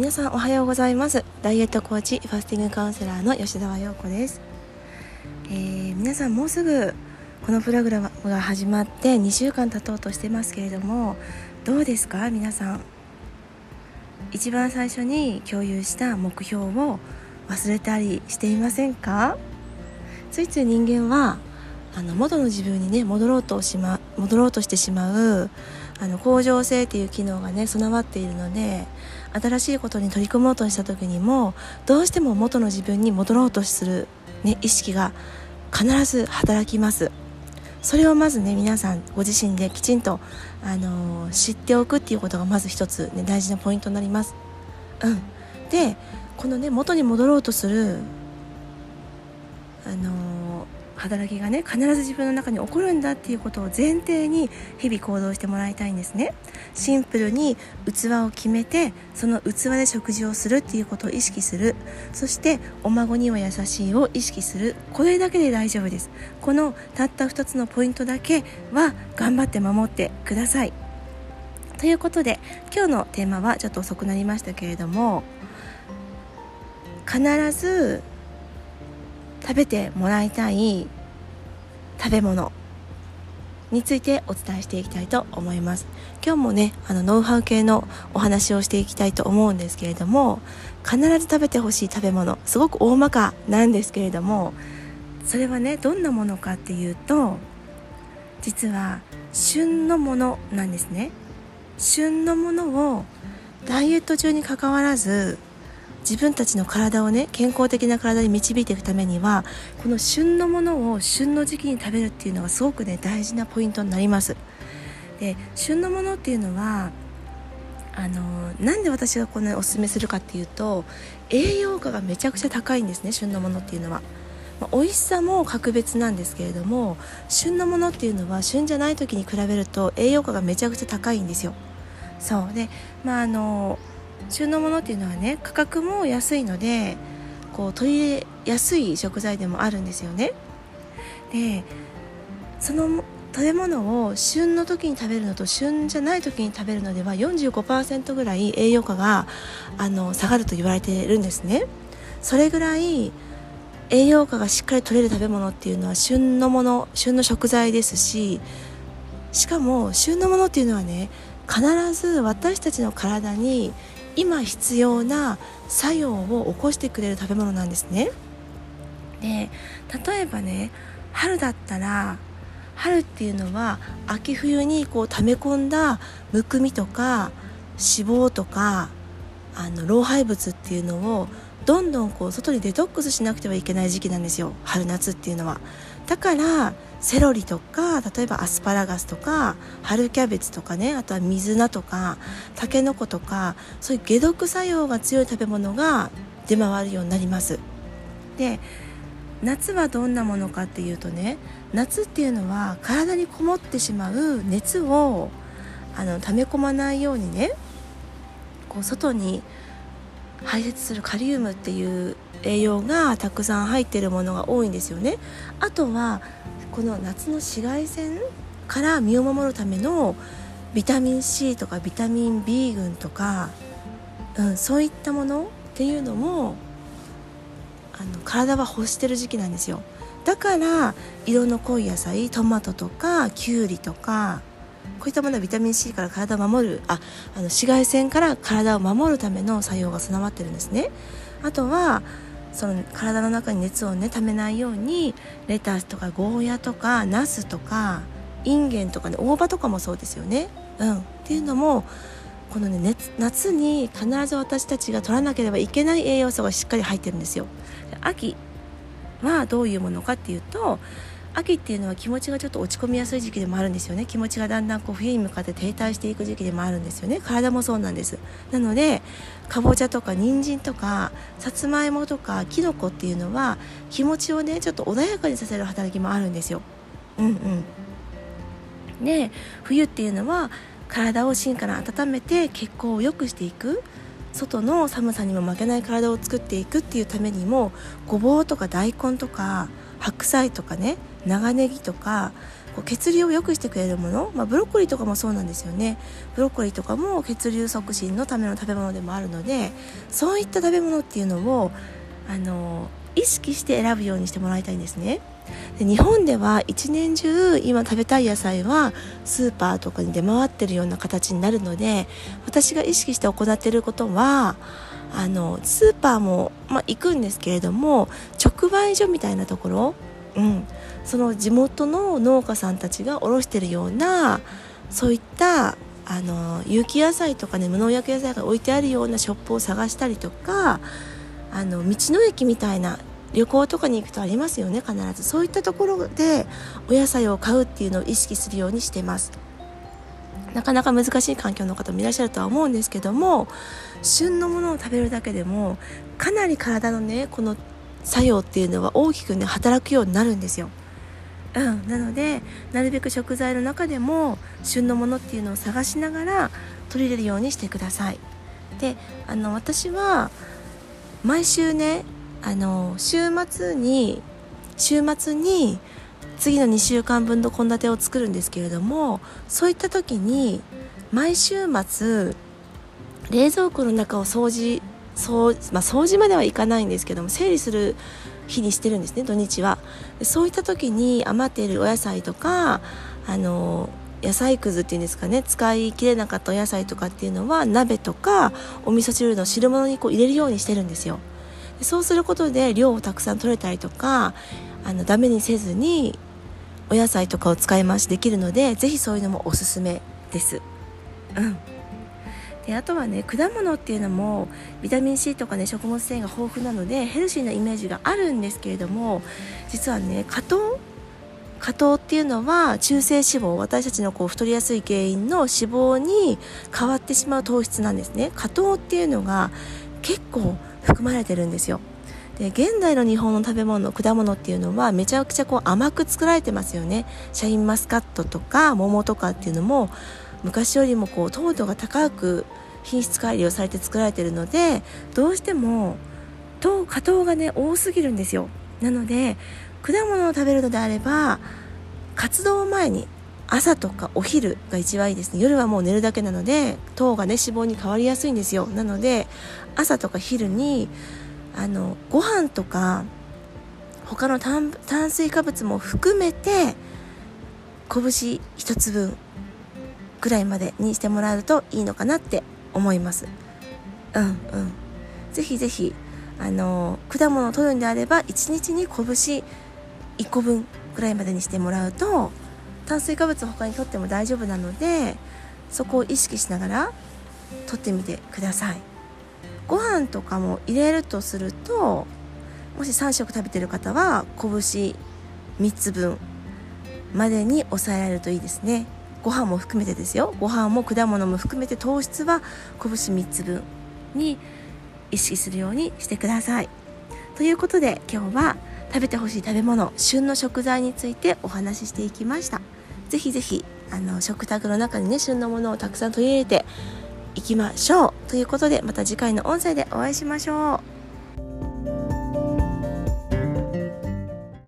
皆さんおはようございます。ダイエットコーチファスティングカウンセラーの吉澤陽子です。皆さんもうすぐこのプログラムが始まって2週間経とうとしてますけれども、どうですか皆さん。一番最初に共有した目標を忘れたりしていませんか？ついつい人間は元の自分にね戻ろうとしてしまう恒常性っていう機能がね備わっているので、新しいことに取り組もうとした時にもどうしても元の自分に戻ろうとする、意識が必ず働きます。それをまずね皆さんご自身できちんと、知っておくっていうことがまず一つ、大事なポイントになります。でこのね元に戻ろうとする働きがね必ず自分の中に起こるんだっていうことを前提に日々行動してもらいたいんですね。シンプルに器を決めて、その器で食事をするっていうことを意識する。そしてお孫には優しいを意識する。これだけで大丈夫です。このたった2つのポイントだけは頑張って守ってください。ということで今日のテーマはちょっと遅くなりましたけれども、必ず食べてもらいたい食べ物についてお伝えしていきたいと思います。今日もねノウハウ系のお話をしていきたいと思うんですけれども、必ず食べてほしい食べ物、すごく大まかなんですけれども、それはねどんなものかっていうと、実は旬のものなんですね。旬のものをダイエット中に関わらず自分たちの体をね健康的な体に導いていくためには、この旬のものを旬の時期に食べるっていうのがすごくね大事なポイントになります。で旬のものっていうのはなんで私がこんなにおすすめするかっていうと、栄養価がめちゃくちゃ高いんですね。旬のものっていうのは、美味しさも格別なんですけれども、旬のものっていうのは旬じゃない時に比べると栄養価がめちゃくちゃ高いんですよ。そうで旬のものっていうのはね価格も安いので取り入れやすい食材でもあるんですよね。でその食べ物を旬の時に食べるのと旬じゃない時に食べるのでは 45% ぐらい栄養価が下がると言われているんですね。それぐらい栄養価がしっかり取れる食べ物っていうのは旬のもの、旬の食材ですし、しかも旬のものっていうのはね必ず私たちの体に今必要な作用を起こしてくれる食べ物なんですね。で例えばね春だったら、春っていうのは秋冬に溜め込んだむくみとか脂肪とか老廃物っていうのをどんどん外にデトックスしなくてはいけない時期なんですよ、春夏っていうのは。だからセロリとか、例えばアスパラガスとか春キャベツとかね、あとは水菜とかタケノコとか、そういう解毒作用が強い食べ物が出回るようになります。で夏はどんなものかっていうとね、夏っていうのは体にこもってしまう熱を溜め込まないようにね、外に排泄するカリウムっていう栄養がたくさん入っているものが多いんですよね。あとはこの夏の紫外線から身を守るためのビタミン C とかビタミン B 群とか、そういったものっていうのも体は欲してる時期なんですよ。だから色の濃い野菜、トマトとかキュウリとか、こういったものはビタミン C から体を守る紫外線から体を守るための作用が備わってるんですね。あとはその体の中に熱をね溜めないようにレタスとかゴーヤとかナスとかインゲンとかね、大葉とかもそうですよね。っていうのもこのね夏に必ず私たちが取らなければいけない栄養素がしっかり入ってるんですよ。秋はどういうものかっていうと、秋っていうのは気持ちがちょっと落ち込みやすい時期でもあるんですよね。気持ちがだんだん冬に向かって停滞していく時期でもあるんですよね。体もそうなんです。なのでかぼちゃとか人参とかさつまいもとかきのこっていうのは気持ちをねちょっと穏やかにさせる働きもあるんですよ。で冬っていうのは体を芯から温めて血行を良くしていく、外の寒さにも負けない体を作っていくっていうためにも、ごぼうとか大根とか白菜とかね、長ネギとかこう血流を良くしてくれるもの、ブロッコリーとかもそうなんですよね。ブロッコリーとかも血流促進のための食べ物でもあるので、そういった食べ物っていうのを意識して選ぶようにしてもらいたいんですね。で日本では一年中今食べたい野菜はスーパーとかに出回ってるような形になるので、私が意識して行っていることはスーパーも、行くんですけれども、直売所みたいなところ、その地元の農家さんたちが卸しているような、そういった有機野菜とかね、無農薬野菜が置いてあるようなショップを探したりとか、道の駅みたいな旅行とかに行くとありますよね。必ずそういったところでお野菜を買うっていうのを意識するようにしてます。なかなか難しい環境の方もいらっしゃるとは思うんですけども、旬のものを食べるだけでもかなり体のね、この作用っていうのは大きくね働くようになるんですよ。なのでなるべく食材の中でも旬のものっていうのを探しながら取り入れるようにしてください。で私は毎週ね週末に次の2週間分の献立を作るんですけれども、そういった時に毎週末冷蔵庫の中を掃除まではいかないんですけども、整理する日にしてるんですね、土日は。そういった時に余っているお野菜とか野菜くずっていうんですかね、使い切れなかったお野菜とかっていうのは鍋とかお味噌汁の汁物にこう入れるようにしてるんですよ。そうすることで量をたくさん取れたりとかダメにせずにお野菜とかを使い回しできるので、ぜひそういうのもおすすめです。であとはね、果物っていうのもビタミン C とかね、食物繊維が豊富なのでヘルシーなイメージがあるんですけれども、実はね、果糖っていうのは中性脂肪、私たちの太りやすい原因の脂肪に変わってしまう糖質なんですね。果糖っていうのが結構含まれてるんですよ。で現代の日本の食べ物、果物っていうのはめちゃくちゃ甘く作られてますよね。シャインマスカットとか桃とかっていうのも昔よりも糖度が高く品質改良されて作られているので、どうしても果糖がね多すぎるんですよ。なので果物を食べるのであれば活動前に朝とかお昼が一番いいですね。夜はもう寝るだけなので糖がね脂肪に変わりやすいんですよ。なので朝とか昼にご飯とか他の炭水化物も含めて拳一つ分ぐらいまでにしてもらうといいのかなって思います。ぜひぜひ果物を取るんであれば1日に拳1個分ぐらいまでにしてもらうと、炭水化物を他に取っても大丈夫なので、そこを意識しながら取ってみてください。ご飯とかも入れるとすると、もし3食食べてる方は拳3つ分までに抑えられるといいですね。ご飯も含めてですよ。ご飯も果物も含めて糖質は拳3つ分に意識するようにしてください。ということで今日は食べてほしい食べ物、旬の食材についてお話ししていきました。ぜひぜひ食卓の中にね、旬のものをたくさん取り入れていきましょう。ということでまた次回の音声でお会いしましょう。